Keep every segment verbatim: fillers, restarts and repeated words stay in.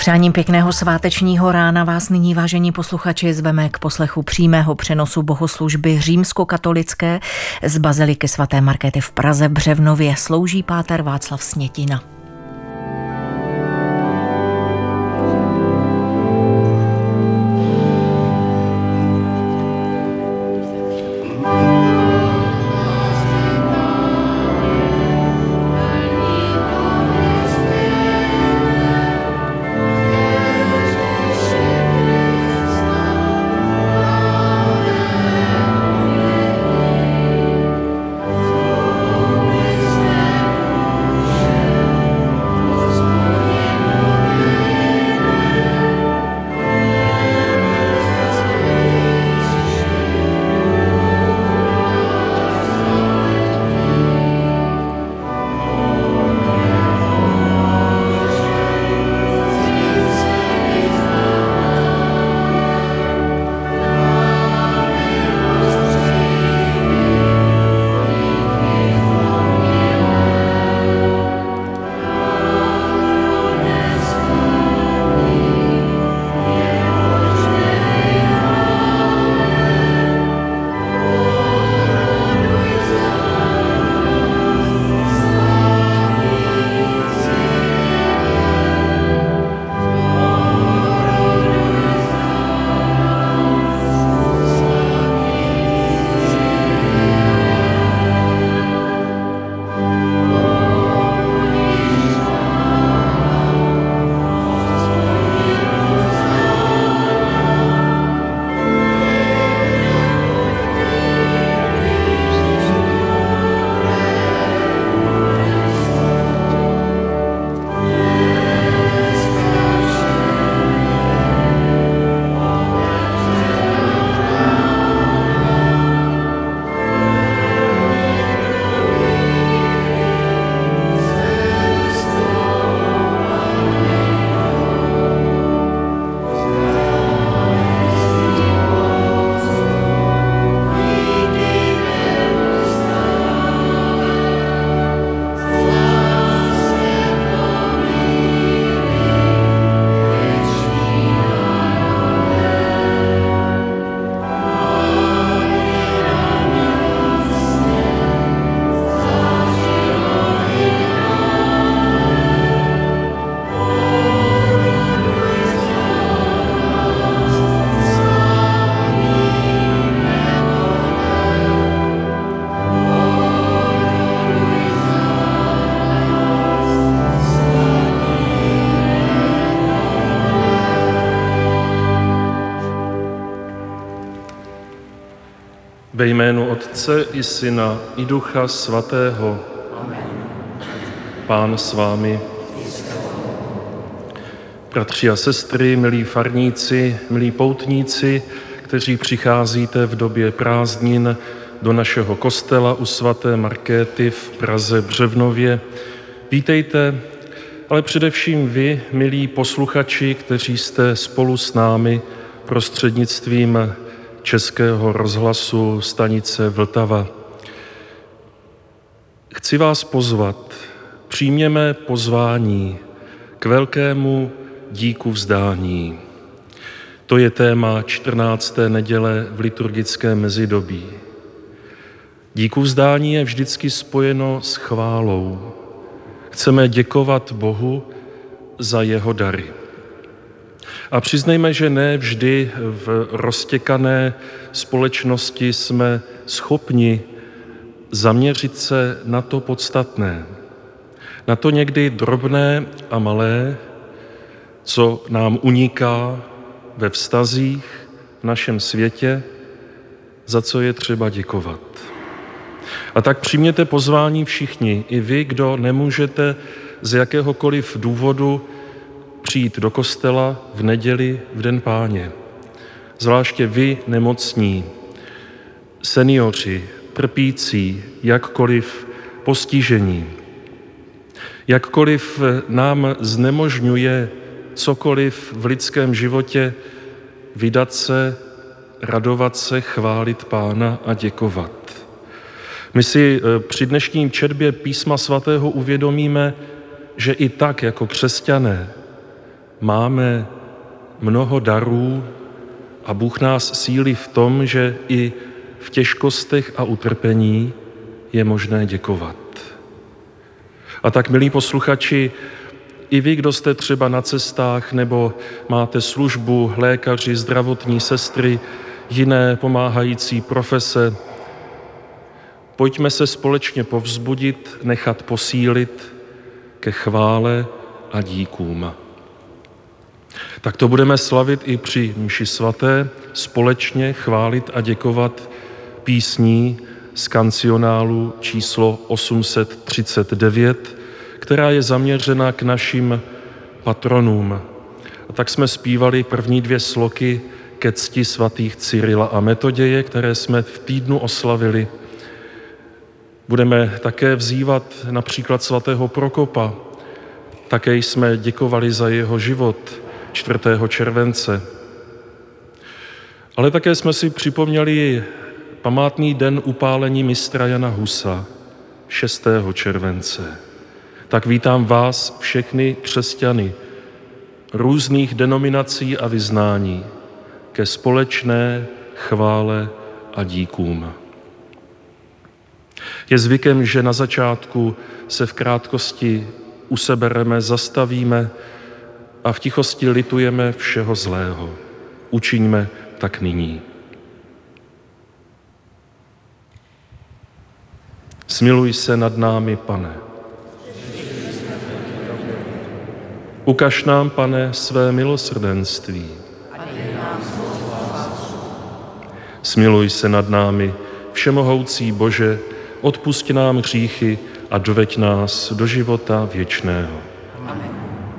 Přáním pěkného svátečního rána vás nyní, vážení posluchači, zveme k poslechu přímého přenosu bohoslužby římskokatolické z baziliky svaté Markéty v Praze Břevnově. Slouží páter Václav Snětina. Ve jménu Otce i Syna i Ducha Svatého. Amen. Pán s vámi. Bratři a sestry, milí farníci, milí poutníci, kteří přicházíte v době prázdnin do našeho kostela u svaté Markéty v Praze Břevnově, vítejte, ale především vy, milí posluchači, kteří jste spolu s námi prostřednictvím Českého rozhlasu stanice Vltava. Chci vás pozvat, přijměme pozvání k velkému díku vzdání. To je téma čtrnácté neděle v liturgickém mezidobí. Díku vzdání je vždycky spojeno s chválou. Chceme děkovat Bohu za jeho dary. A přiznejme, že ne vždy v roztěkané společnosti jsme schopni zaměřit se na to podstatné, na to někdy drobné a malé, co nám uniká ve vztazích v našem světě, za co je třeba děkovat. A tak přijměte pozvání všichni, i vy, kdo nemůžete z jakéhokoliv důvodu přijít do kostela v neděli v Den Páně. Zvláště vy, nemocní, seniori, trpící, jakkoliv postižení. Jakkoliv nám znemožňuje cokoliv v lidském životě vydat se, radovat se, chválit Pána a děkovat. My si při dnešním četbě Písma svatého uvědomíme, že i tak jako křesťané máme mnoho darů a Bůh nás sílí v tom, že i v těžkostech a utrpení je možné děkovat. A tak, milí posluchači, i vy, kdo jste třeba na cestách nebo máte službu, lékaři, zdravotní sestry, jiné pomáhající profese, pojďme se společně povzbudit, nechat posílit ke chvále a díkům. Tak to budeme slavit i při mši svaté, společně chválit a děkovat písní z kancionálu číslo osm set třicet devět, která je zaměřena k našim patronům. A tak jsme zpívali první dvě sloky ke cti svatých Cyrila a Metoděje, které jsme v týdnu oslavili. Budeme také vzývat například svatého Prokopa. Také jsme děkovali za jeho život čtvrtého července. Ale také jsme si připomněli památný den upálení mistra Jana Husa šestého července. Tak vítám vás všechny křesťany různých denominací a vyznání ke společné chvále a díkům. Je zvykem, že na začátku se v krátkosti usebereme, zastavíme a v tichosti litujeme všeho zlého. Učiňme tak nyní. Smiluj se nad námi, Pane. Ukaž nám, Pane, své milosrdenství. Smiluj se nad námi, všemohoucí Bože, odpusť nám hříchy a doveď nás do života věčného. Amen.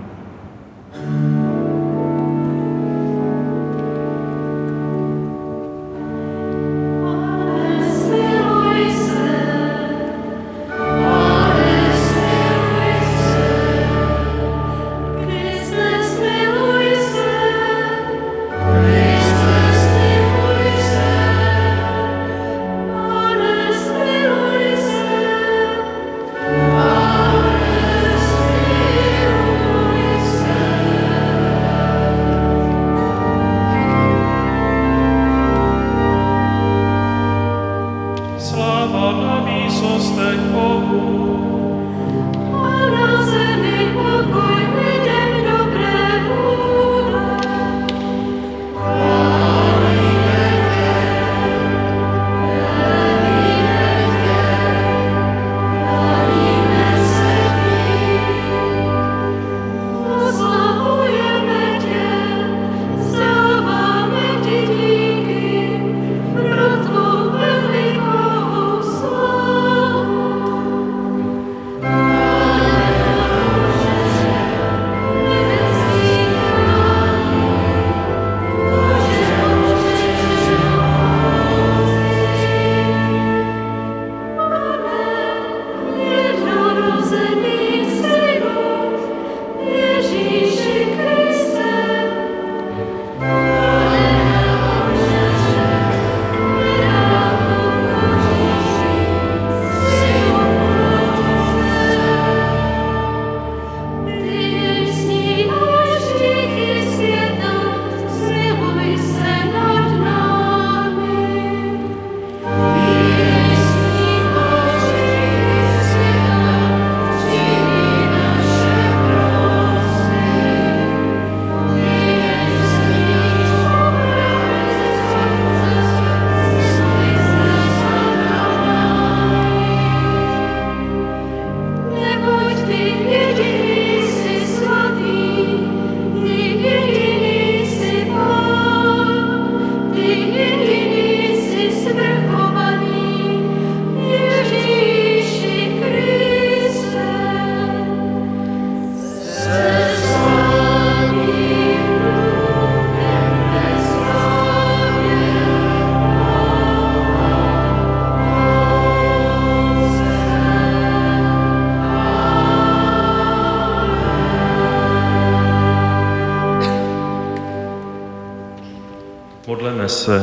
Modleme se.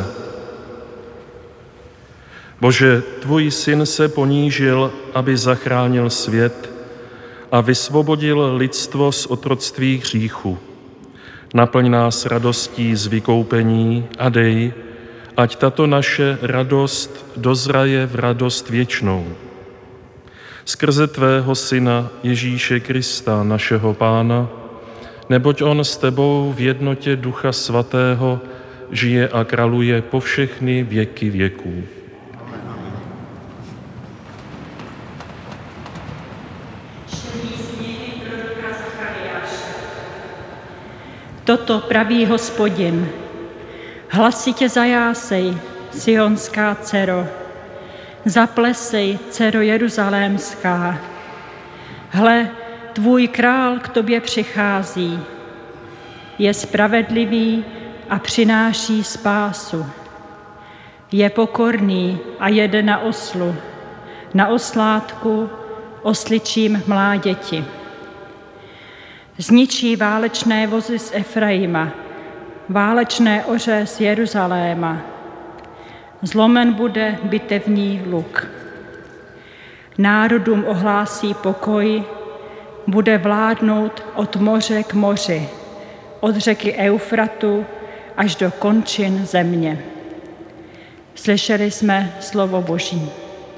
Bože, tvůj syn se ponížil, aby zachránil svět a vysvobodil lidstvo z otroctví hříchu. Naplň nás radostí z vykoupení a dej, ať tato naše radost dozraje v radost věčnou. Skrze tvého Syna Ježíše Krista, našeho Pána, neboť on s tebou v jednotě Ducha Svatého žije a králuje po všechny věky věků. Toto praví Hospodin. Hlasitě zajásej, sionská dcero, zaplesej, dcero jeruzalémská. Hle, tvůj král k tobě přichází. Je spravedlivý a přináší spásu. Je pokorný a jede na oslu, na oslátku, osličím mláděti. Zničí válečné vozy z Efraima, válečné oře z Jeruzaléma. Zlomen bude bitevní luk. Národům ohlásí pokoj, bude vládnout od moře k moři, od řeky Eufratu až do končin země. Slyšeli jsme slovo Boží.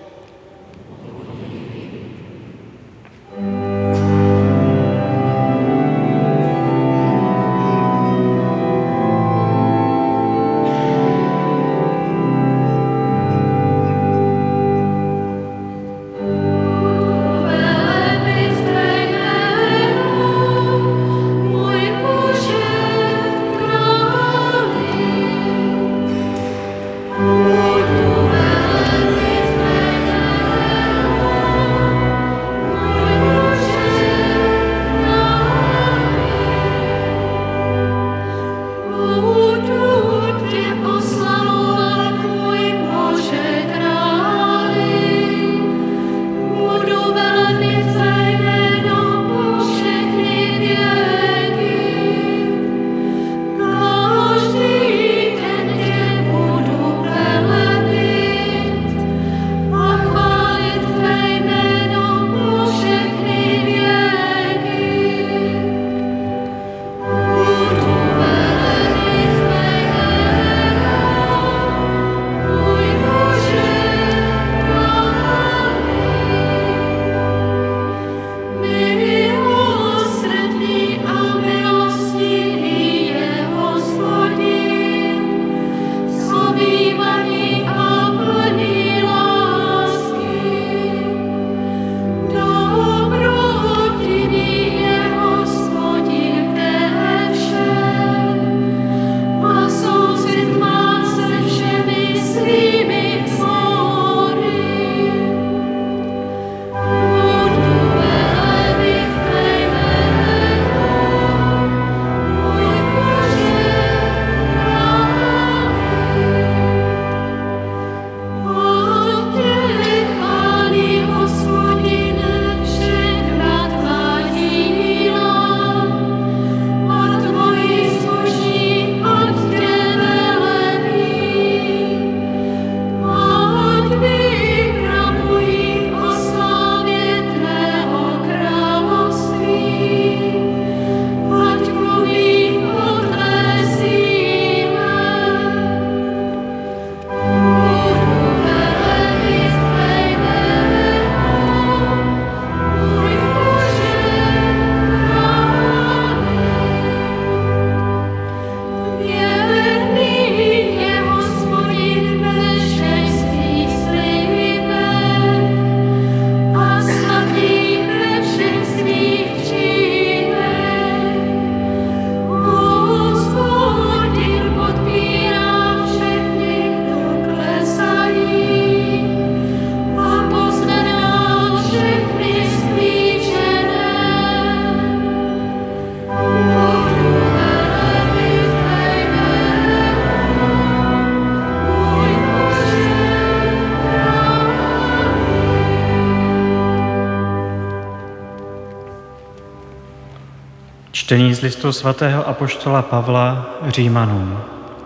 Čtení z listu svatého apoštola Pavla Římanům.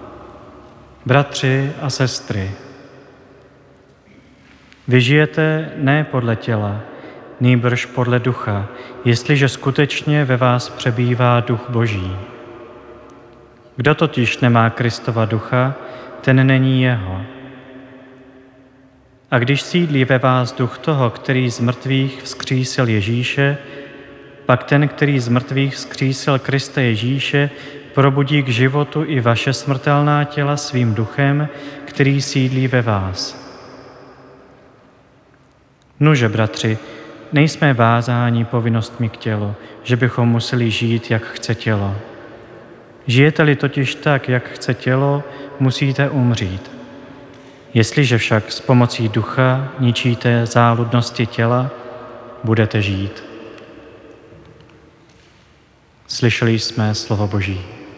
Bratři a sestry, vy žijete ne podle těla, nýbrž podle ducha, jestliže skutečně ve vás přebývá duch Boží. Kdo totiž nemá Kristova ducha, ten není jeho. A když sídlí ve vás duch toho, který z mrtvých vzkřísil Ježíše, pak ten, který z mrtvých vzkřísil Krista Ježíše, probudí k životu i vaše smrtelná těla svým duchem, který sídlí ve vás. Nuže, bratři, nejsme vázáni povinnostmi k tělu, že bychom museli žít, jak chce tělo. Žijete-li totiž tak, jak chce tělo, musíte umřít. Jestliže však s pomocí ducha ničíte záludnosti těla, budete žít. Slyšeli jsme slovo Boží.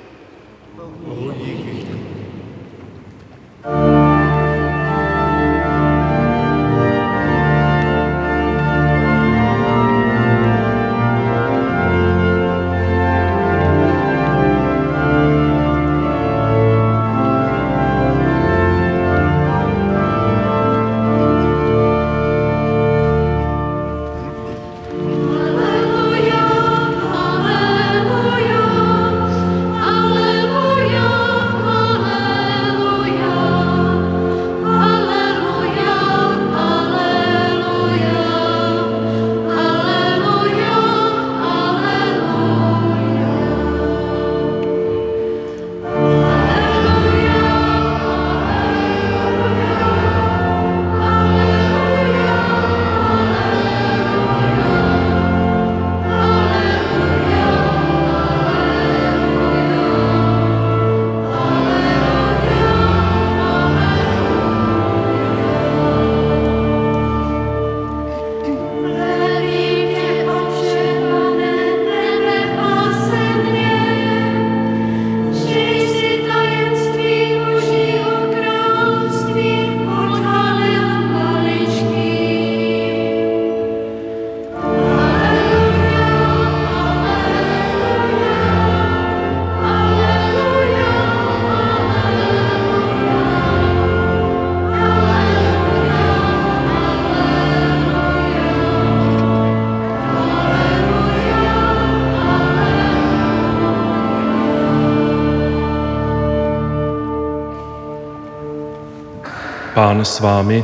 Pán s vámi.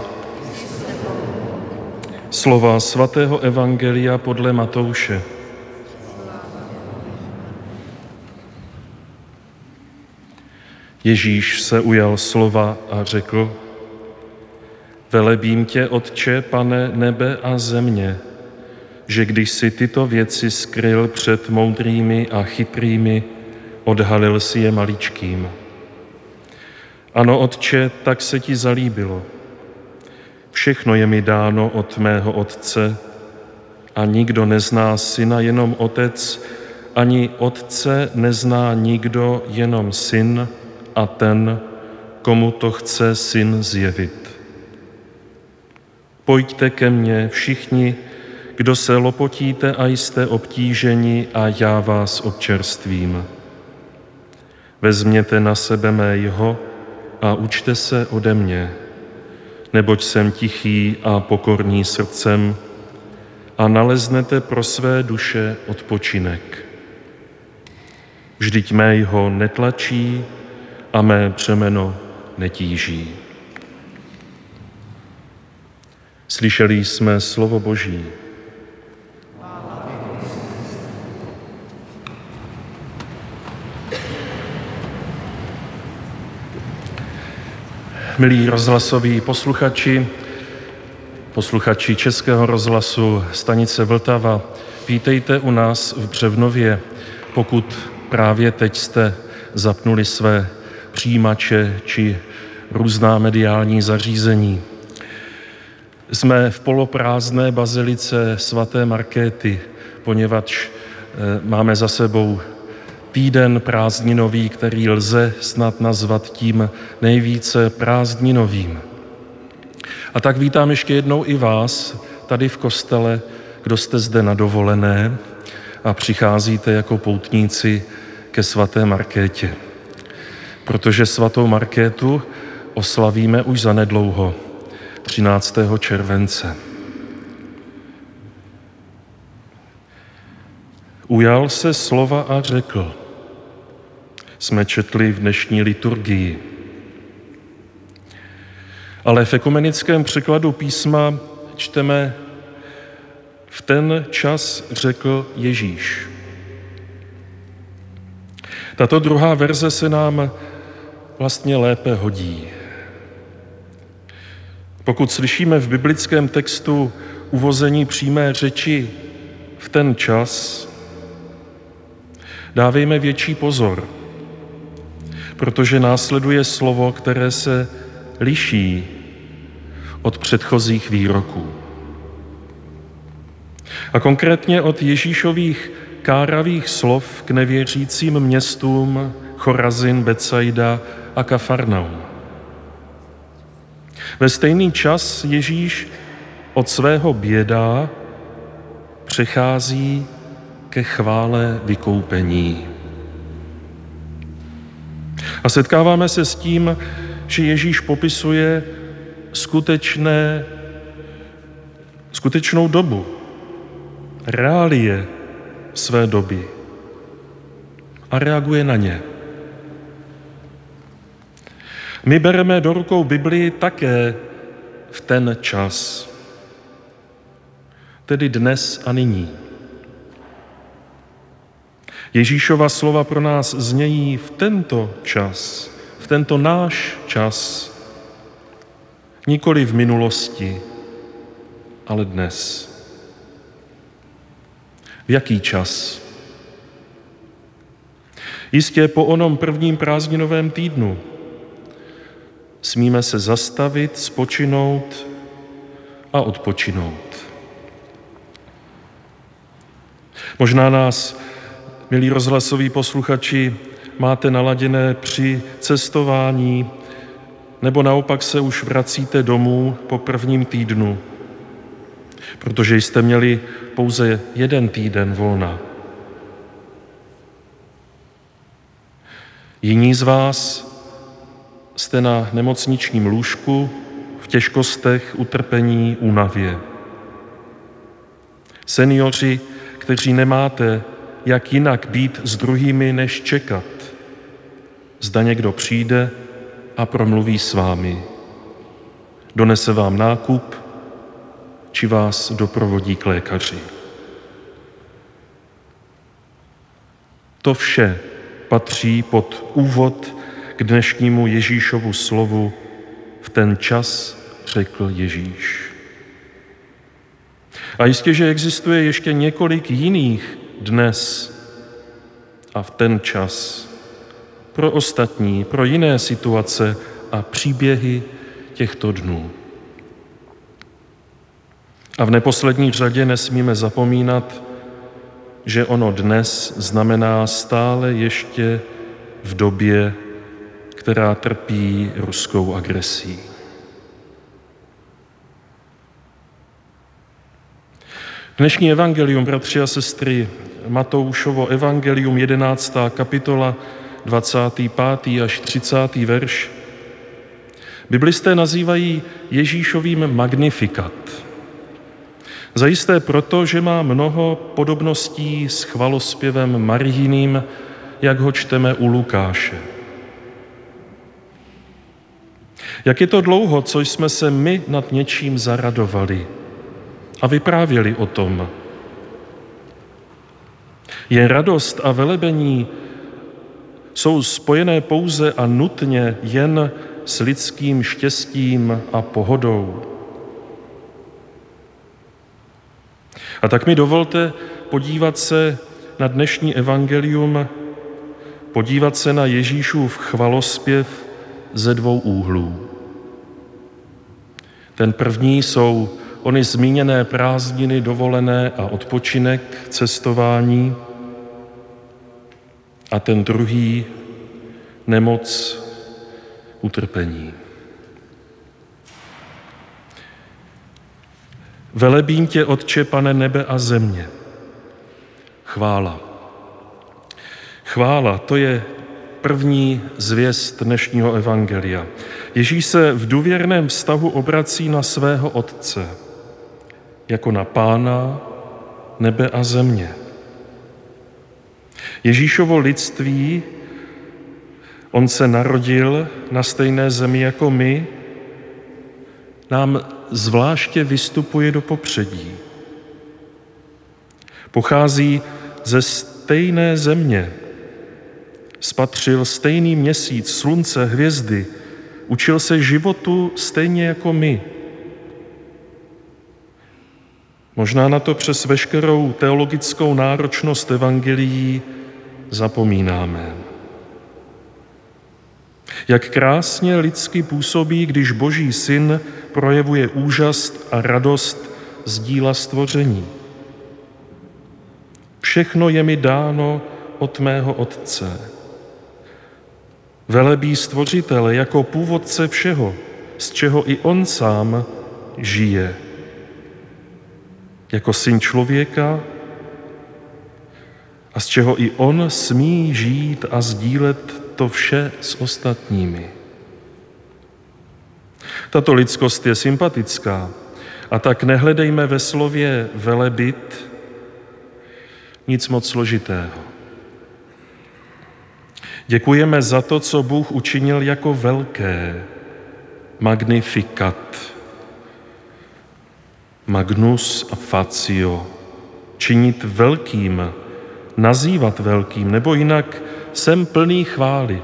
Slova svatého evangelia podle Matouše. Ježíš se ujal slova a řekl: Velebím tě, Otče, Pane nebe a země, že když si tyto věci skryl před moudrými a chytrými, odhalil si je maličkým. Ano, Otče, tak se ti zalíbilo. Všechno je mi dáno od mého Otce a nikdo nezná Syna, jenom Otec, ani Otce nezná nikdo, jenom Syn a ten, komu to chce Syn zjevit. Pojďte ke mně všichni, kdo se lopotíte a jste obtíženi, a já vás občerstvím. Vezměte na sebe mé jho a učte se ode mě, neboť jsem tichý a pokorný srdcem, a naleznete pro své duše odpočinek. Vždyť mé jho netlačí a mé břemeno netíží. Slyšeli jsme slovo Boží. Milí rozhlasoví posluchači, posluchači Českého rozhlasu stanice Vltava, vítejte u nás v Břevnově, pokud právě teď jste zapnuli své přijímače či různá mediální zařízení. Jsme v poloprázdné bazilice svaté Markéty, poněvadž máme za sebou týden prázdninový, který lze snad nazvat tím nejvíce prázdninovým. A tak vítám ještě jednou i vás tady v kostele, kdo jste zde na dovolené a přicházíte jako poutníci ke svaté Markétě. Protože svatou Markétu oslavíme už zanedlouho, třináctého července. Ujal se slova a řekl: jsme četli v dnešní liturgii. Ale v ekumenickém překladu písma čteme: v ten čas řekl Ježíš. Tato druhá verze se nám vlastně lépe hodí. Pokud slyšíme v biblickém textu uvození přímé řeči v ten čas, dávejme větší pozor, protože následuje slovo, které se liší od předchozích výroků. A konkrétně od Ježíšových káravých slov k nevěřícím městům Chorazin, Betsaida a Kafarnaum. Ve stejný čas Ježíš od svého běda přechází ke chvále vykoupení. A setkáváme se s tím, že Ježíš popisuje skutečné, skutečnou dobu, reálie své doby a reaguje na ně. My bereme do rukou Biblii také v ten čas, tedy dnes a nyní. Ježíšova slova pro nás znějí v tento čas, v tento náš čas, nikoli v minulosti, ale dnes. V jaký čas? Jistě po onom prvním prázdninovém týdnu smíme se zastavit, spočinout a odpočinout. Možná nás, milí rozhlasoví posluchači, máte naladěné při cestování, nebo naopak se už vracíte domů po prvním týdnu, protože jste měli pouze jeden týden volna. Jiní z vás jste na nemocničním lůžku, v těžkostech, utrpení, únavě. Seniori, kteří nemáte jak jinak být s druhými, než čekat, zda někdo přijde a promluví s vámi. Donese vám nákup, či vás doprovodí k lékaři. To vše patří pod úvod k dnešnímu Ježíšovu slovu v ten čas řekl Ježíš. A jistě, že existuje ještě několik jiných dnes a v ten čas pro ostatní, pro jiné situace a příběhy těchto dnů. A v neposlední řadě nesmíme zapomínat, že ono dnes znamená stále ještě v době, která trpí ruskou agresí. Dnešní evangelium, bratři a sestry, Matoušovo evangelium, jedenáctá kapitola, dvacátý pátý až třicátý verš, biblisté nazývají Ježíšovým magnifikat. Zajisté proto, že má mnoho podobností s chvalospěvem Marijiným, jak ho čteme u Lukáše. Jak je to dlouho, co jsme se my nad něčím zaradovali a vyprávěli o tom. Jen radost a velebení jsou spojené pouze a nutně jen s lidským štěstím a pohodou. A tak mi dovolte podívat se na dnešní evangelium, podívat se na Ježíšův chvalospěv ze dvou úhlů. Ten první jsou ony zmíněné prázdniny, dovolené a odpočinek, cestování. A ten druhý nemoc, utrpení. Velebím tě, Otče, Pane nebe a země. Chvála. Chvála, to je první zvěst dnešního evangelia. Ježíš se v důvěrném vztahu obrací na svého Otce, jako na Pána nebe a země. Ježíšovo lidství On se narodil na stejné zemi jako my, nám zvláště vystupuje do popředí. Pochází ze stejné země, spatřil stejný měsíc, slunce, hvězdy, učil se životu stejně jako my. Možná na to přes veškerou teologickou náročnost evangelií zapomínáme. Jak krásně lidsky působí, když Boží syn projevuje úžas a radost z díla stvoření. Všechno je mi dáno od mého Otce. Velebí stvořitele jako původce všeho, z čeho i on sám žije. Jako syn člověka a z čeho i on smí žít a sdílet to vše s ostatními. Tato lidskost je sympatická a tak nehledejme ve slově velebit nic moc složitého. Děkujeme za to, co Bůh učinil jako velké, magnificat, magnus a facio, činit velkým, nazývat velkým, nebo jinak jsem plný chvály.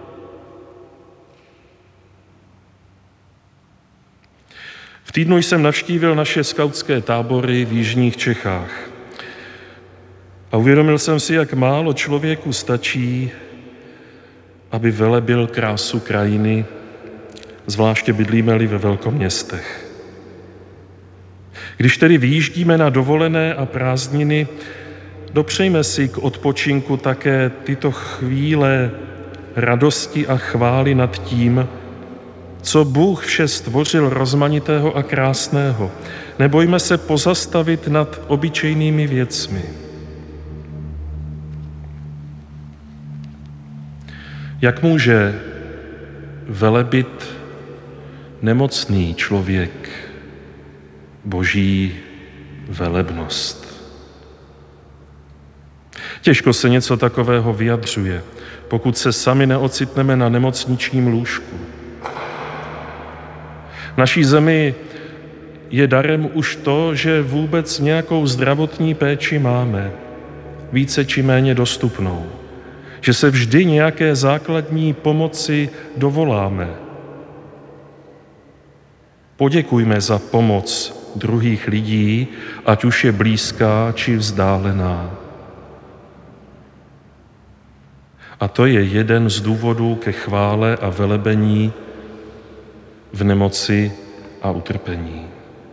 V týdnu jsem navštívil naše skautské tábory v jižních Čechách a uvědomil jsem si, jak málo člověku stačí, aby velebil krásu krajiny, zvláště bydlíme-li ve velkoměstech. Když tedy vyjíždíme na dovolené a prázdniny, dopřejme si k odpočinku také tyto chvíle radosti a chvály nad tím, co Bůh vše stvořil rozmanitého a krásného. Nebojme se pozastavit nad obyčejnými věcmi. Jak může velebit nemocný člověk Boží velebnost? Těžko se něco takového vyjadřuje, pokud se sami neocitneme na nemocničním lůžku. V naší zemi je darem už to, že vůbec nějakou zdravotní péči máme, více či méně dostupnou, že se vždy nějaké základní pomoci dovoláme. Poděkujme za pomoc druhých lidí, ať už je blízká či vzdálená. A to je jeden z důvodů ke chvále a velebení v nemoci a utrpení.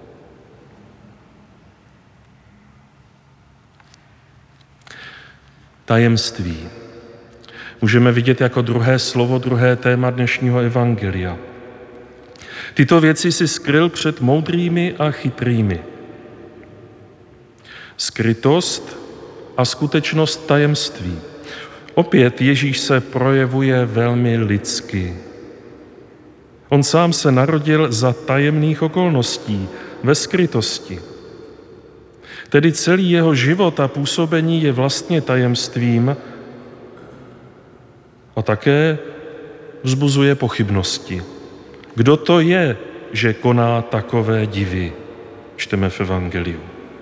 Tajemství můžeme vidět jako druhé slovo, druhé téma dnešního evangelia. Tyto věci si skryl před moudrými a chytrými. Skrytost a skutečnost tajemství. Opět Ježíš se projevuje velmi lidsky. On sám se narodil za tajemných okolností, ve skrytosti. Tedy celý jeho život a působení je vlastně tajemstvím a také vzbuzuje pochybnosti. Kdo to je, že koná takové divy? Čteme v evangeliu.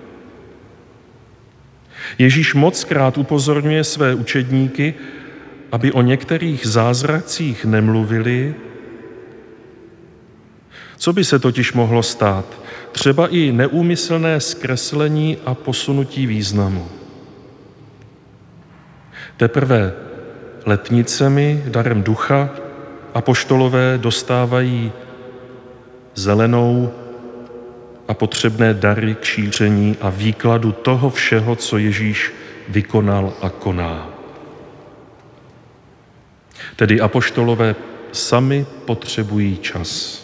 Ježíš mockrát upozorňuje své učedníky, aby o některých zázracích nemluvili. Co by se totiž mohlo stát? Třeba i neúmyslné zkreslení a posunutí významu. Teprve letnicemi, darem ducha, apoštolové dostávají zelenou a potřebné dary k šíření a výkladu toho všeho, co Ježíš vykonal a koná. Tedy apoštolové sami potřebují čas.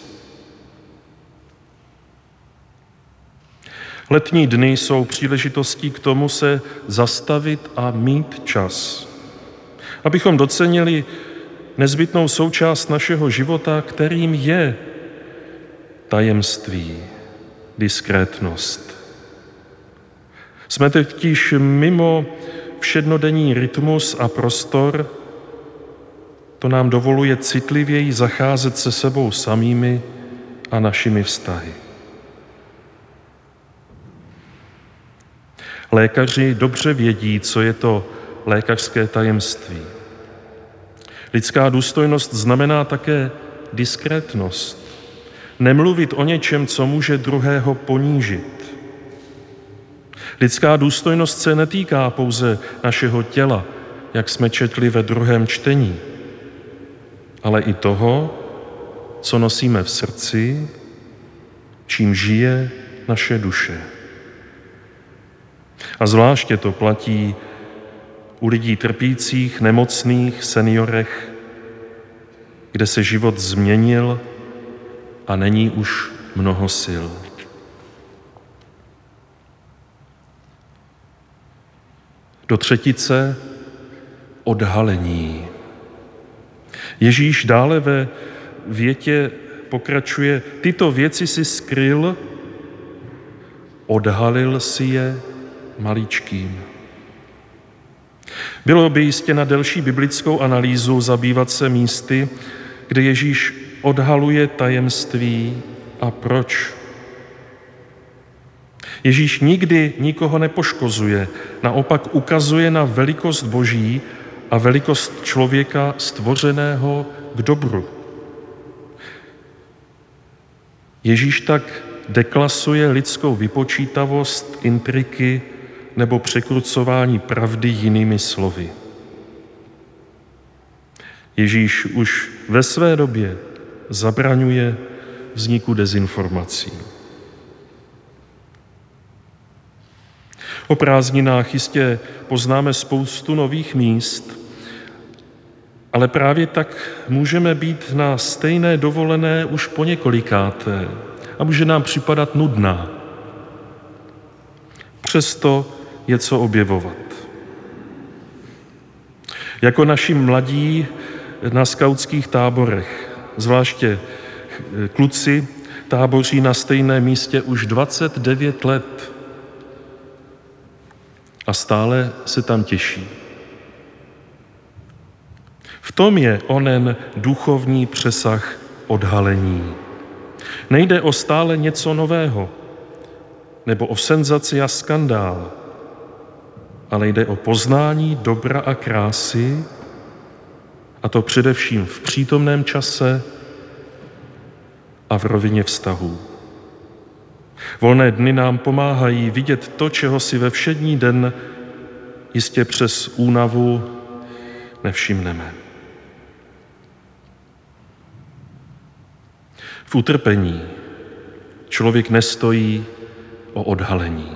Letní dny jsou příležitostí k tomu se zastavit a mít čas, abychom docenili nezbytnou součást našeho života, kterým je tajemství, diskrétnost. Jsme totiž mimo všednodenní rytmus a prostor To nám dovoluje citlivěji zacházet se sebou samými a našimi vztahy. Lékaři dobře vědí, co je to lékařské tajemství. Lidská důstojnost znamená také diskrétnost. Nemluvit o něčem, co může druhého ponížit. Lidská důstojnost se netýká pouze našeho těla, jak jsme četli ve druhém čtení, ale i toho, co nosíme v srdci, čím žije naše duše. A zvláště to platí u lidí trpících, nemocných, seniorech, kde se život změnil a není už mnoho sil. Do třetice odhalení. Ježíš dále ve větě pokračuje: tyto věci si skryl, odhalil si je maličkým. Bylo by jistě na delší biblickou analýzu zabývat se místy, kde Ježíš odhaluje tajemství a proč. Ježíš nikdy nikoho nepoškozuje, naopak ukazuje na velikost Boží a velikost člověka stvořeného k dobru. Ježíš tak deklasuje lidskou vypočítavost, intriky nebo překrucování pravdy jinými slovy. Ježíš už ve své době zabraňuje vzniku dezinformací. O prázdninách jistě poznáme spoustu nových míst, ale právě tak můžeme být na stejné dovolené už po několikáté a může nám připadat nudná. Přesto je co objevovat. Jako naši mladí na skautských táborech, zvláště kluci, táboří na stejném místě už dvacet devět let a stále se tam těší. V tom je onen duchovní přesah odhalení. Nejde o stále něco nového, nebo o senzaci a skandál, ale jde o poznání dobra a krásy, a to především v přítomném čase a v rovině vztahů. Volné dny nám pomáhají vidět to, čeho si ve všední den jistě přes únavu nevšimneme. V utrpení člověk nestojí o odhalení.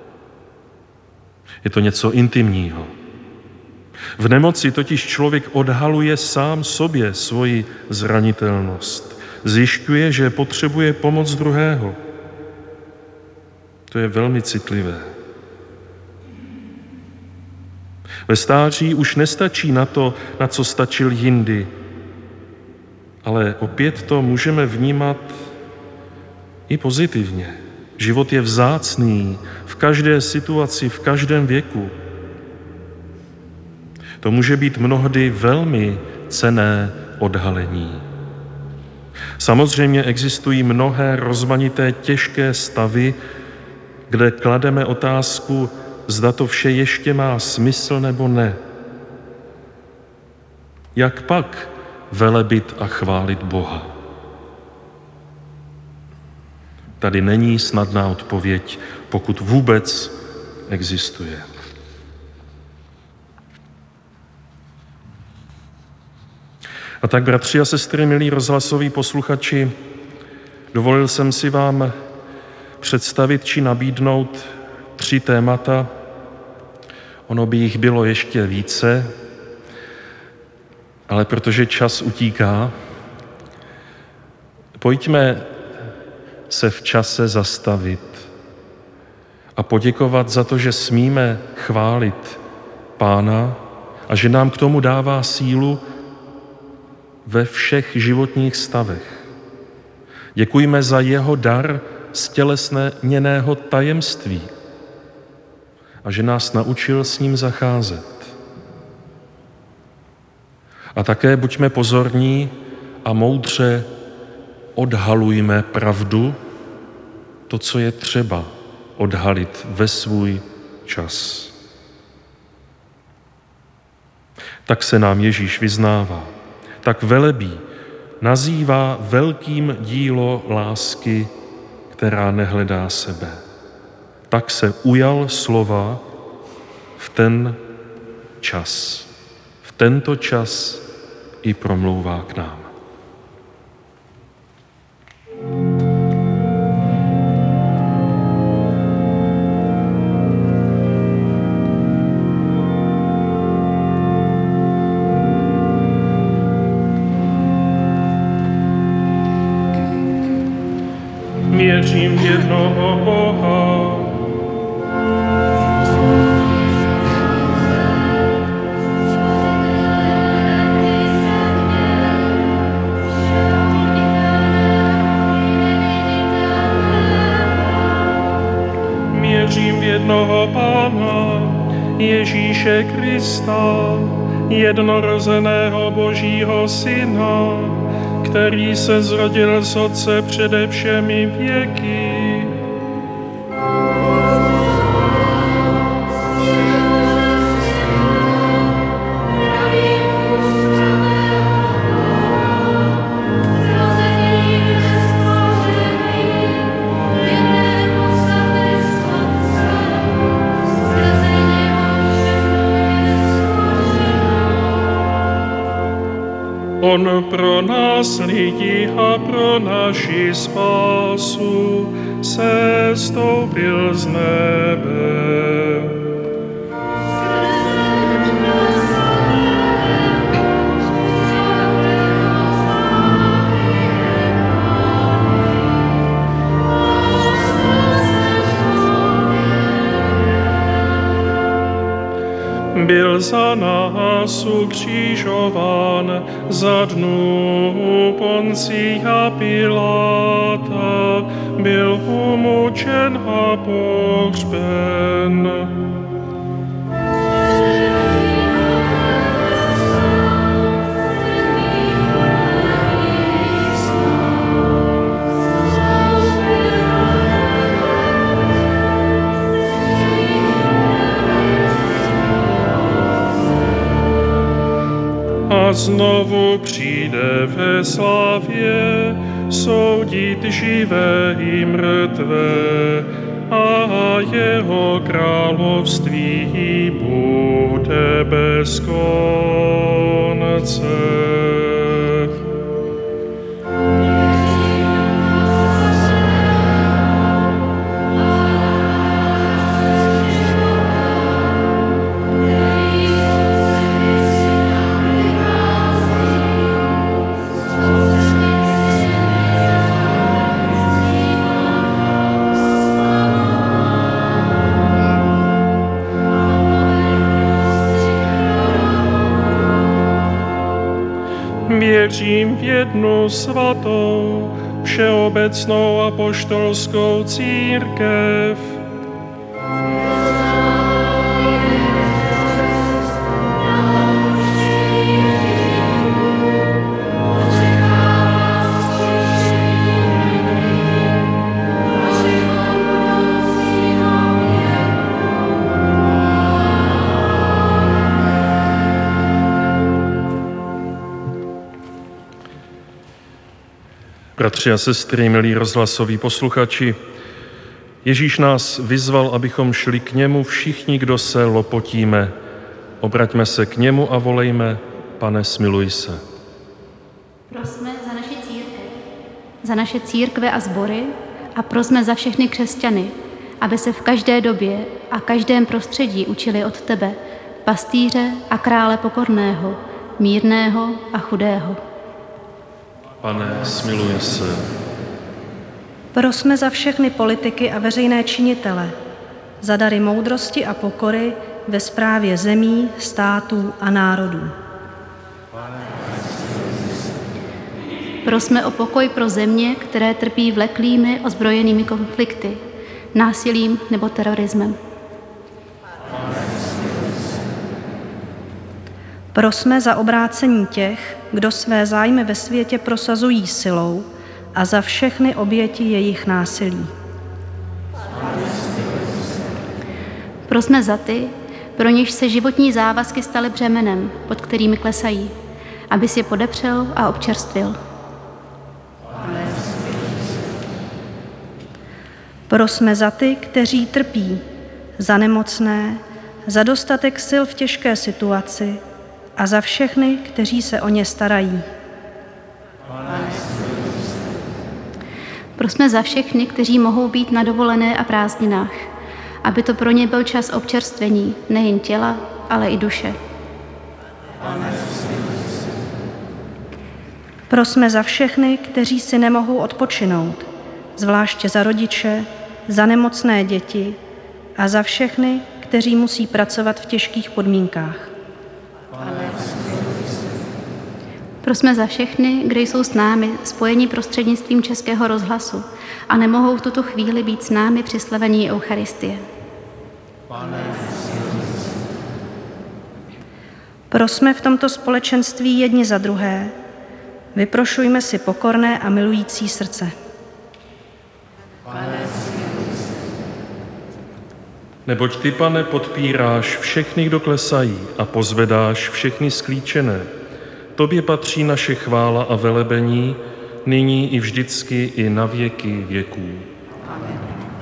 Je to něco intimního. V nemoci totiž člověk odhaluje sám sobě svoji zranitelnost. Zjišťuje, že potřebuje pomoc druhého. To je velmi citlivé. Ve stáří už nestačí na to, na co stačil jindy, ale opět to můžeme vnímat i pozitivně. Život je vzácný v každé situaci, v každém věku. To může být mnohdy velmi cenné odhalení. Samozřejmě existují mnohé rozmanité těžké stavy, kde klademe otázku, zda to vše ještě má smysl nebo ne. Jak pak velebit a chválit Boha? Tady není snadná odpověď, pokud vůbec existuje. A tak, bratři a sestry, milí rozhlasoví posluchači, dovolil jsem si vám představit či nabídnout tři témata. Ono by jich bylo ještě více, ale protože čas utíká, pojďme se v čase zastavit a poděkovat za to, že smíme chválit Pána a že nám k tomu dává sílu ve všech životních stavech. Děkujme za jeho dar ztělesněného tajemství a že nás naučil s ním zacházet. A také buďme pozorní a moudře odhalujme pravdu, to, co je třeba odhalit ve svůj čas. Tak se nám Ježíš vyznává, tak velebí, nazývá velkým dílo lásky, která nehledá sebe. Tak se ujal slova v ten čas. V tento čas i promlouvá k nám. Věřím v jednoho Boha, věřím v jednoho Pána, Ježíše Krista, jednorozeného Božího Syna, který se zrodil z Otce přede všemi věky. On pro nás lidi a pro naši spásu sestoupil z nebe. Byl za nás ukřižován za dnů Poncia Piláta, byl umučen a pohřben. A znovu přijde ve slávě soudit živé i mrtvé a jeho království bude bez konce. Věřím v jednu svatou, všeobecnou apoštolskou církev. Bratři a sestry, milí rozhlasoví posluchači, Ježíš nás vyzval, abychom šli k němu všichni, kdo se lopotíme. Obraťme se k němu a volejme: Pane, smiluj se. Prosme za naše církev, za naše církve a sbory a prosme za všechny křesťany, aby se v každé době a každém prostředí učili od tebe, pastýře a krále pokorného, mírného a chudého. Pane, smiluj se. Prosme za všechny politiky a veřejné činitele, za dary moudrosti a pokory ve správě zemí, států a národů. Prosme o pokoj pro země, které trpí vleklými ozbrojenými konflikty, násilím nebo terorismem. Prosme za obrácení těch, kdo své zájmy ve světě prosazují silou, a za všechny oběti jejich násilí. Prosme za ty, pro něž se životní závazky staly břemenem, pod kterými klesají, aby si je podepřel a občerstvil. Prosme za ty, kteří trpí, za nemocné, za dostatek sil v těžké situaci a za všechny, kteří se o ně starají. Prosme za všechny, kteří mohou být na dovolené a prázdninách, aby to pro ně byl čas občerstvení, nejen těla, ale i duše. Prosme za všechny, kteří si nemohou odpočinout, zvláště za rodiče, za nemocné děti a za všechny, kteří musí pracovat v těžkých podmínkách. Prosme za všechny, kdo jsou s námi spojeni prostřednictvím Českého rozhlasu a nemohou v tuto chvíli být s námi při slavení Eucharistie. Prosme v tomto společenství jedni za druhé. Vyprošujme si pokorné a milující srdce. Neboť ty, Pane, podpíráš všechny, kdo klesají, a pozvedáš všechny sklíčené. Tobě patří naše chvála a velebení, nyní i vždycky, i na věky věků. Amen.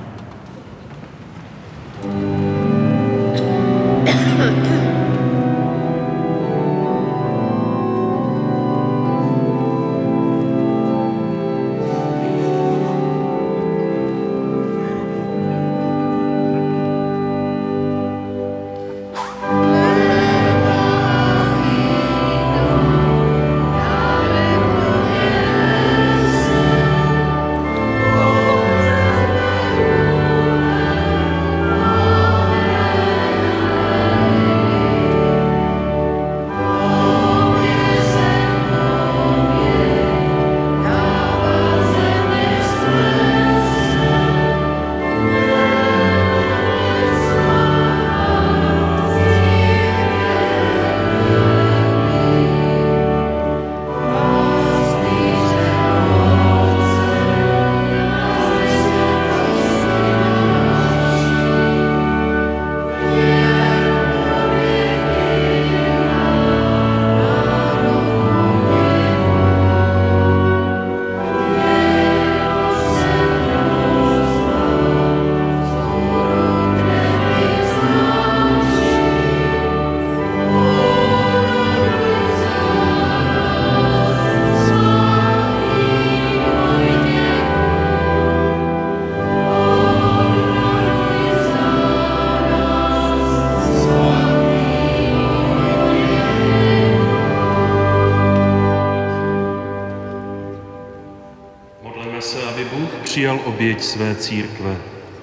Přijal oběť své církve.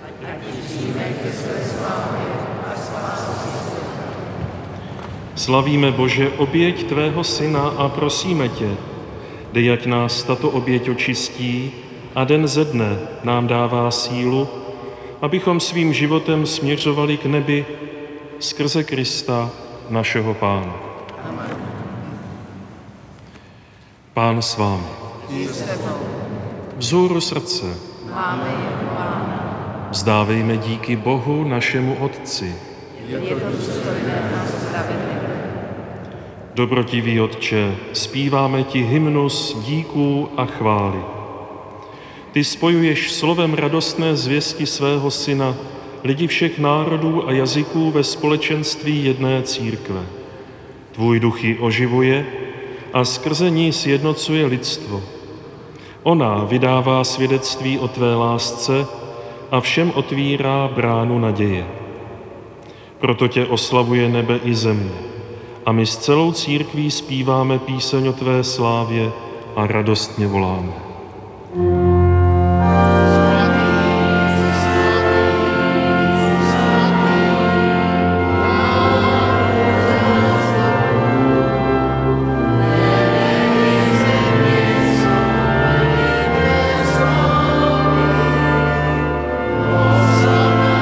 Slavíme, Bože, oběť tvého syna a prosíme tě, dej, ať nás tato oběť očistí a den ze dne nám dává sílu, abychom svým životem směřovali k nebi skrze Krista, našeho Pána. Amen. Pán s vámi. Vzhůru srdce. Máme jen Pána. Vzdávejme díky Bohu, našemu Otci. Je to důstojné a spravedlivé. Dobrotivý Otče, zpíváme ti hymnus díků a chvály. Ty spojuješ slovem radostné zvěsti svého Syna lidi všech národů a jazyků ve společenství jedné církve. Tvůj duch ji oživuje a skrze ní sjednocuje lidstvo. Ona vydává svědectví o tvé lásce a všem otvírá bránu naděje. Proto tě oslavuje nebe i země. A my s celou církví zpíváme píseň o tvé slávě a radostně voláme.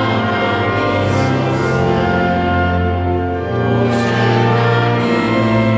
Amen.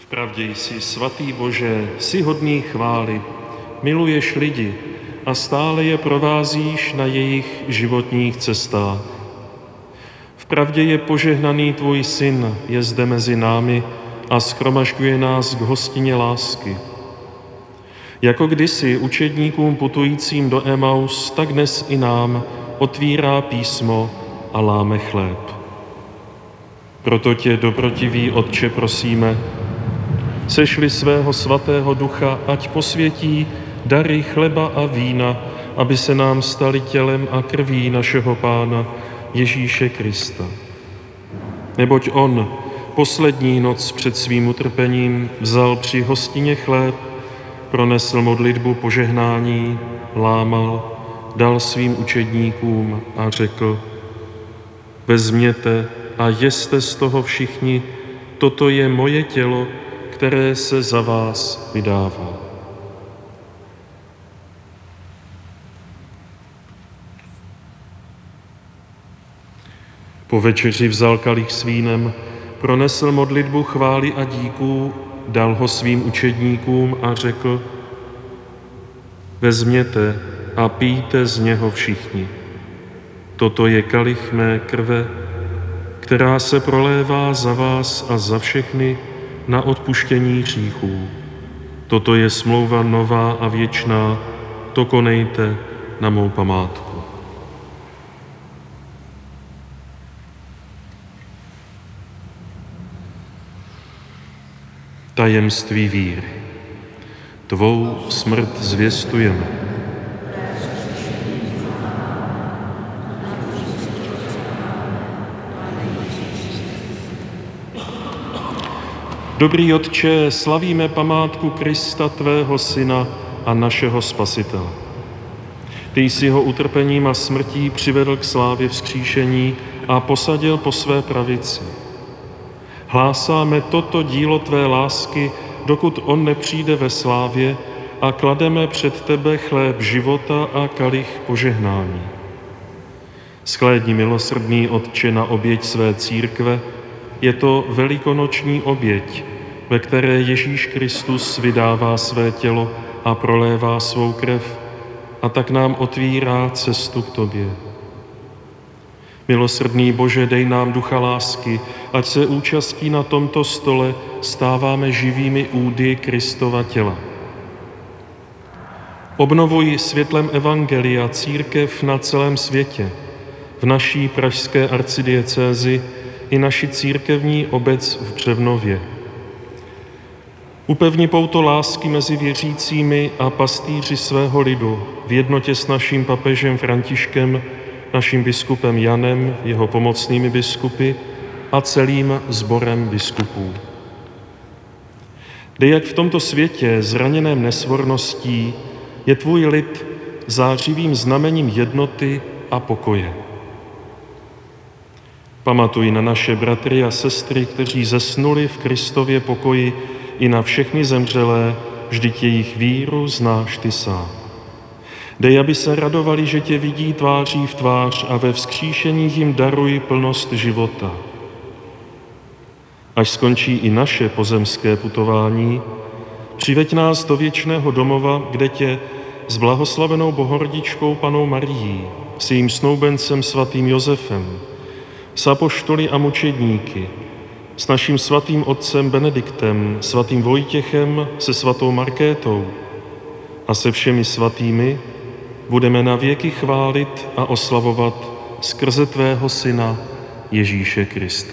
Vpravdě jsi, svatý Bože, jsi hodný chvály, miluješ lidi a stále je provázíš na jejich životních cestách. Vpravdě je požehnaný tvůj syn, je zde mezi námi a shromažďuje nás k hostině lásky. Jako kdysi učedníkům putujícím do Emaus, tak dnes i nám otvírá písmo a láme chléb. Proto tě, dobrotivý Otče, prosíme, sešli svého svatého ducha, ať posvětí dary chleba a vína, aby se nám stali tělem a krví našeho Pána Ježíše Krista. Neboť on poslední noc před svým utrpením vzal při hostině chléb, pronesl modlitbu požehnání, lámal, dal svým učedníkům a řekl: vezměte a jeste z toho všichni, toto je moje tělo, které se za vás vydává. Po večeři vzal kalich s vínem, pronesl modlitbu chvály a díků, dal ho svým učedníkům a řekl: vezměte a pijte z něho všichni. Toto je kalich mé krve, která se prolévá za vás a za všechny na odpuštění hříchů. Toto je smlouva nová a věčná, to konejte na mou památku. Tajemství víry. Tvou smrt zvěstujeme. Dobrý Otče, slavíme památku Krista, tvého syna a našeho Spasitele. Ty jsi ho utrpením a smrtí přivedl k slávě vzkříšení a posadil po své pravici. Hlásáme toto dílo tvé lásky, dokud on nepřijde ve slávě, a klademe před tebe chléb života a kalich požehnání. Shlédni, milosrdný Otče, na oběť své církve. Je to velikonoční oběť, ve které Ježíš Kristus vydává své tělo a prolévá svou krev, a tak nám otvírá cestu k tobě. Milosrdný Bože, dej nám ducha lásky, ať se účastí na tomto stole stáváme živými údy Kristova těla. Obnovuj světlem evangelia církev na celém světě, v naší pražské arcidiecézi i naši církevní obec v Břevnově. Upevni pouto lásky mezi věřícími a pastýři svého lidu v jednotě s naším papežem Františkem, naším biskupem Janem, jeho pomocnými biskupy a celým sborem biskupů. Dej, ať v tomto světě zraněném nesvorností je tvůj lid zářivým znamením jednoty a pokoje. Pamatuj na naše bratry a sestry, kteří zesnuli v Kristově pokoji, i na všechny zemřelé, vždyť jejich víru znáš ty sám. Dej, aby se radovali, že tě vidí tváří v tvář, a ve vzkříšení jim daruj plnost života. Až skončí i naše pozemské putování, přiveď nás do věčného domova, kde tě s blahoslavenou Bohorodičkou Pannou Marií, s jejím snoubencem svatým Josefem, s apoštoly a mučedníky, s naším svatým otcem Benediktem, svatým Vojtěchem, se svatou Markétou a se všemi svatými budeme na věky chválit a oslavovat skrze tvého Syna Ježíše Krista.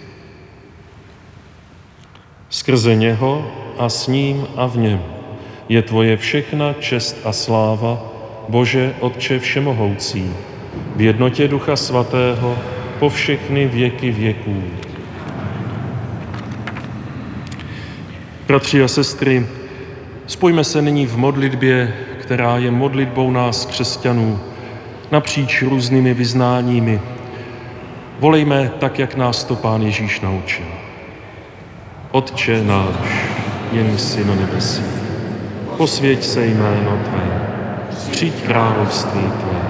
Skrze něho a s ním a v něm je tvoje všechna čest a sláva, Bože Otče všemohoucí, v jednotě Ducha Svatého po všechny věky věků. Bratři a sestry, spojme se nyní v modlitbě, která je modlitbou nás křesťanů, napříč různými vyznáními. Volejme tak, jak nás to Pán Ježíš naučil. Otče náš, jen jsi na nebesích, posvěť se jméno tvé, přijď království tvé.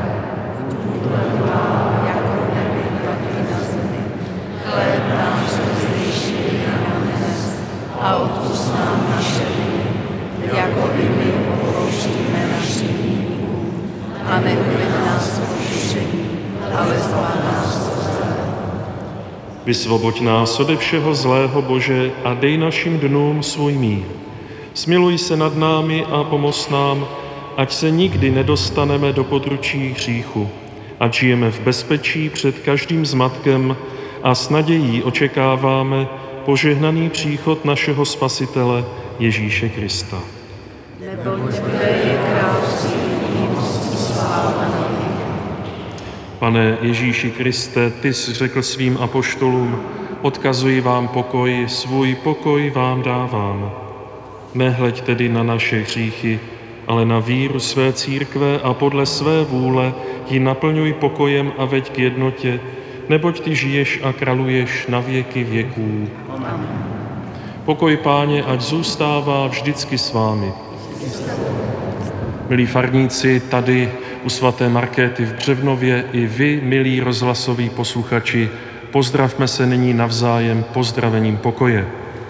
Chléb náš dnešní dej nám dnes a odpusť nám naše viny, jako i my odpouštíme našim viníkům. A neuveď nás v pokušení, ale zbav nás od zlého. Vysvoboď nás ode všeho zlého, Bože, a dej našim dnům svůj mír. Smiluj se nad námi a pomoz nám, ať se nikdy nedostaneme do područí hříchu, ať žijeme v bezpečí před každým zmatkem a s nadějí očekáváme požehnaný příchod našeho Spasitele Ježíše Krista. Neboť tvé je království, moc i sláva na věky. Pane Ježíši Kriste, ty jsi řekl svým apoštolům, odkazuji vám pokoj, svůj pokoj vám dávám. Nehleď tedy na naše hříchy, ale na víru své církve a podle své vůle ji naplňuj pokojem a veď k jednotě, neboť ty žiješ a králuješ na věky věků. Pokoj, Páně, ať zůstává vždycky s vámi. Milí farníci, tady u svaté Markéty v Břevnově i vy, milí rozhlasoví posluchači, pozdravme se nyní navzájem pozdravením pokoje.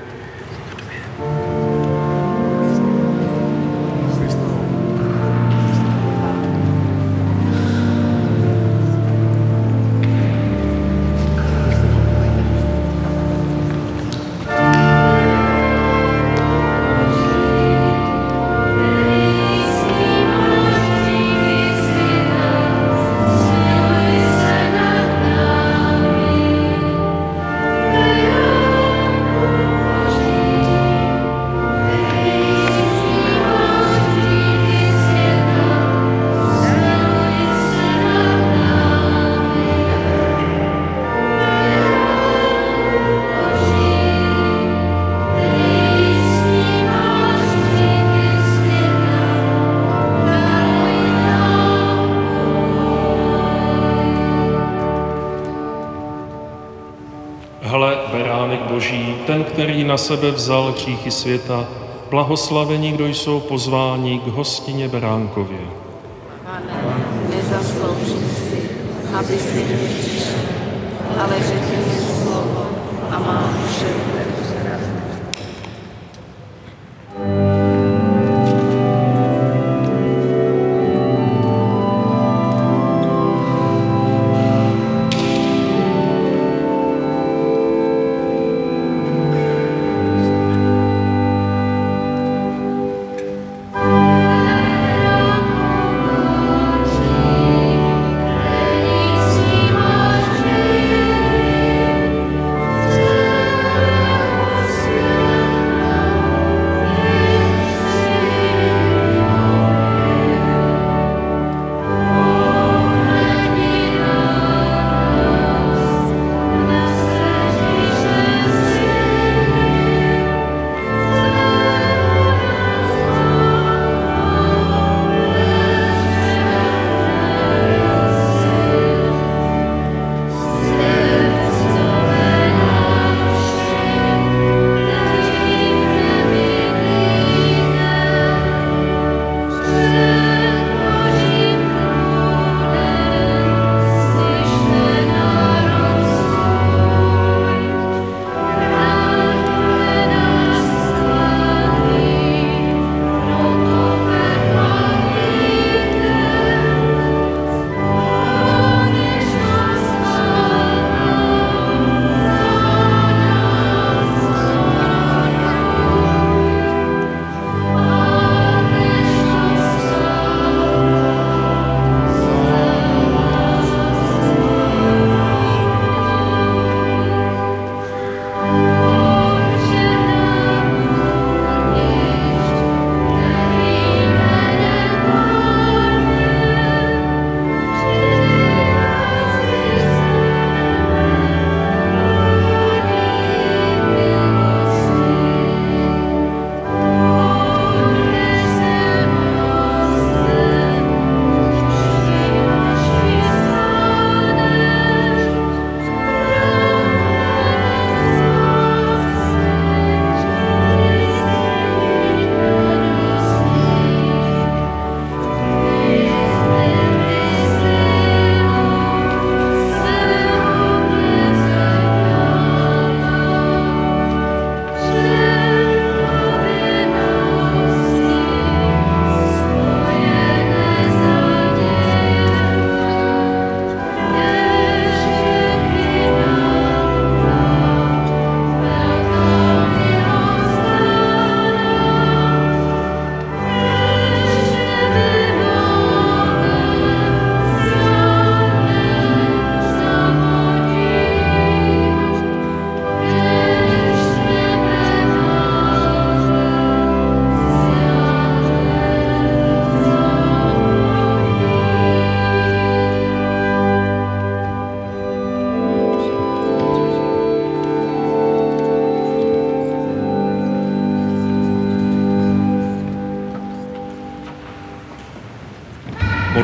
Hle, beránek Boží, ten, který na sebe vzal hříchy světa, blahoslavení, kdo jsou pozváni k hostině beránkově. Pane, nezasloužím si, aby si mě přišel, ale řekni mi slovo a má duše bude uzdravit. Thank you.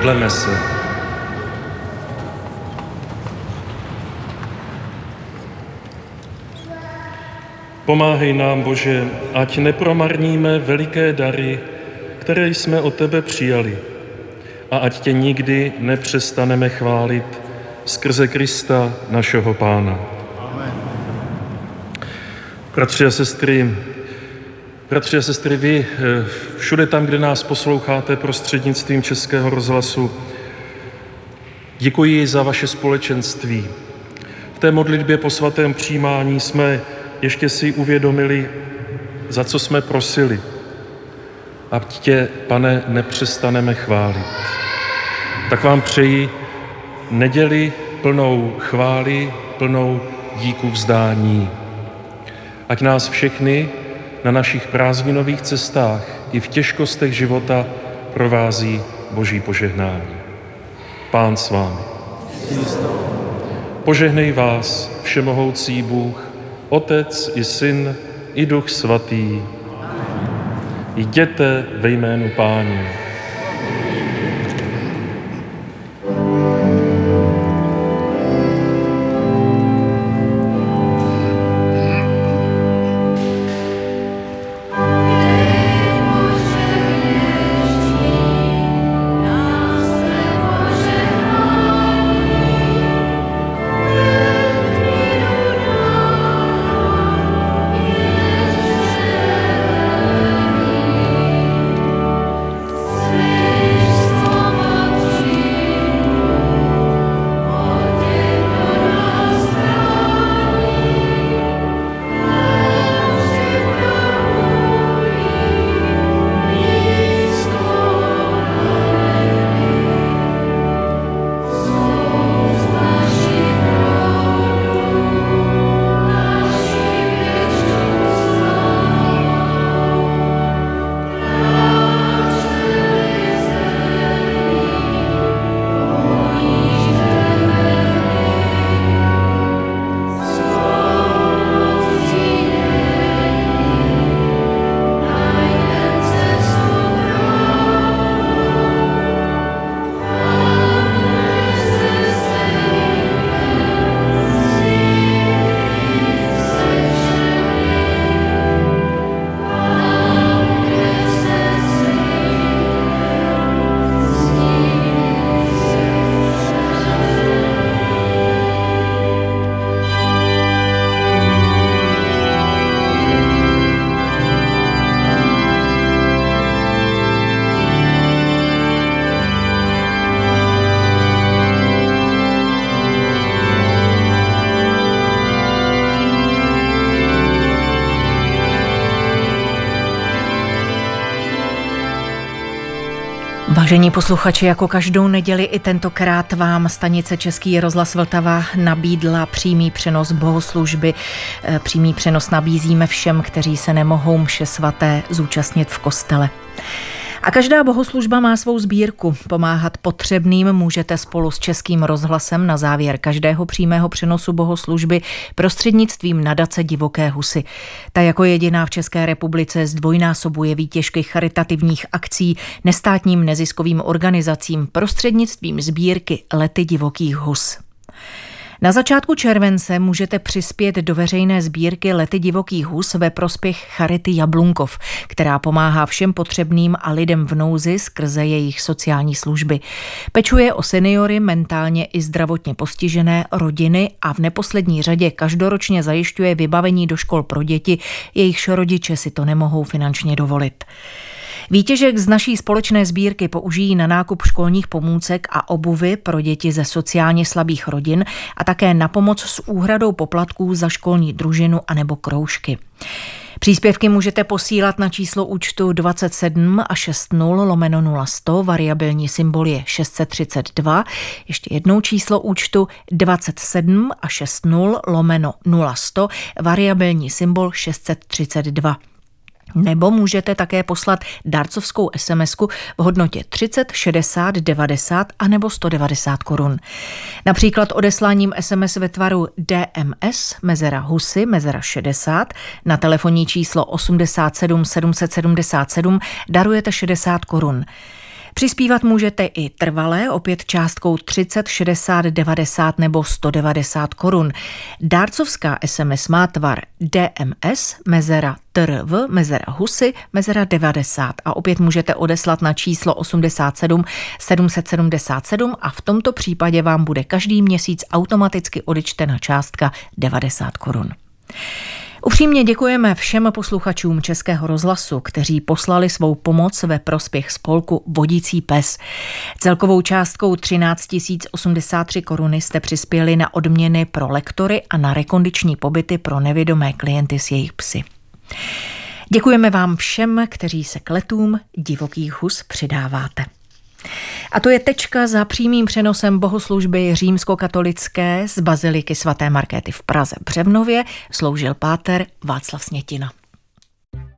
Modleme se. Pomáhej nám, Bože, ať nepromarníme veliké dary, které jsme od tebe přijali, a ať tě nikdy nepřestaneme chválit skrze Krista, našeho Pána. Amen. Bratři a sestry, bratři a sestry, vy všude tam, kde nás posloucháte prostřednictvím Českého rozhlasu, děkuji za vaše společenství. V té modlitbě po svatém přijímání jsme ještě si uvědomili, za co jsme prosili. A tě, Pane, nepřestaneme chválit. Tak vám přeji neděli plnou chvály, plnou díku vzdání. Ať nás všechny na našich prázdninových cestách i v těžkostech života provází Boží požehnání. Pán s vámi. Požehnej vás všemohoucí Bůh, Otec i Syn i Duch Svatý. Jděte ve jménu Páně. Vážení posluchači, jako každou neděli i tentokrát vám stanice Český rozhlas Vltava nabídla přímý přenos bohoslužby. Přímý přenos nabízíme všem, kteří se nemohou mše svaté zúčastnit v kostele. A každá bohoslužba má svou sbírku. Pomáhat potřebným můžete spolu s Českým rozhlasem na závěr každého přímého přenosu bohoslužby prostřednictvím nadace Divoké husy. Ta jako jediná v České republice zdvojnásobuje výtěžky charitativních akcí nestátním neziskovým organizacím prostřednictvím sbírky Lety divokých hus. Na začátku července můžete přispět do veřejné sbírky Lety divokých hus ve prospěch Charity Jablunkov, která pomáhá všem potřebným a lidem v nouzi skrze jejich sociální služby. Pečuje o seniory, mentálně i zdravotně postižené, rodiny a v neposlední řadě každoročně zajišťuje vybavení do škol pro děti, jejichž rodiče si to nemohou finančně dovolit. Výtěžek z naší společné sbírky použijí na nákup školních pomůcek a obuvy pro děti ze sociálně slabých rodin a také na pomoc s úhradou poplatků za školní družinu anebo kroužky. Příspěvky můžete posílat na číslo účtu dvacet sedm a šedesát lomeno nula sto, variabilní symbol je šest set třicet dva, ještě jednou číslo účtu dvacet sedm a šedesát lomeno nula sto, variabilní symbol šest set třicet dva. Nebo můžete také poslat dárcovskou SMSku v hodnotě třicet, šedesát, devadesát a nebo sto devadesát korun. Například odesláním es em es ve tvaru D M S mezera husy mezera šedesát na telefonní číslo osmdesát sedm sedm set sedmdesát sedm darujete šedesát korun. Přispívat můžete i trvalé, opět částkou třicet, šedesát, devadesát nebo sto devadesát korun. Dárcovská es em es má tvar D M S, mezera T R V, mezera Husy, mezera devadesát a opět můžete odeslat na číslo osmdesát sedm sedm set sedmdesát sedm a v tomto případě vám bude každý měsíc automaticky odečtena částka devadesát korun. Upřímně děkujeme všem posluchačům Českého rozhlasu, kteří poslali svou pomoc ve prospěch spolku Vodící pes. Celkovou částkou třináct tisíc osmdesát tři koruny jste přispěli na odměny pro lektory a na rekondiční pobyty pro nevidomé klienty s jejich psy. Děkujeme vám všem, kteří se k letům divokých hus přidáváte. A to je tečka za přímým přenosem bohoslužby římskokatolické z baziliky svaté Markéty v Praze Břevnově. Sloužil páter Václav Snětina.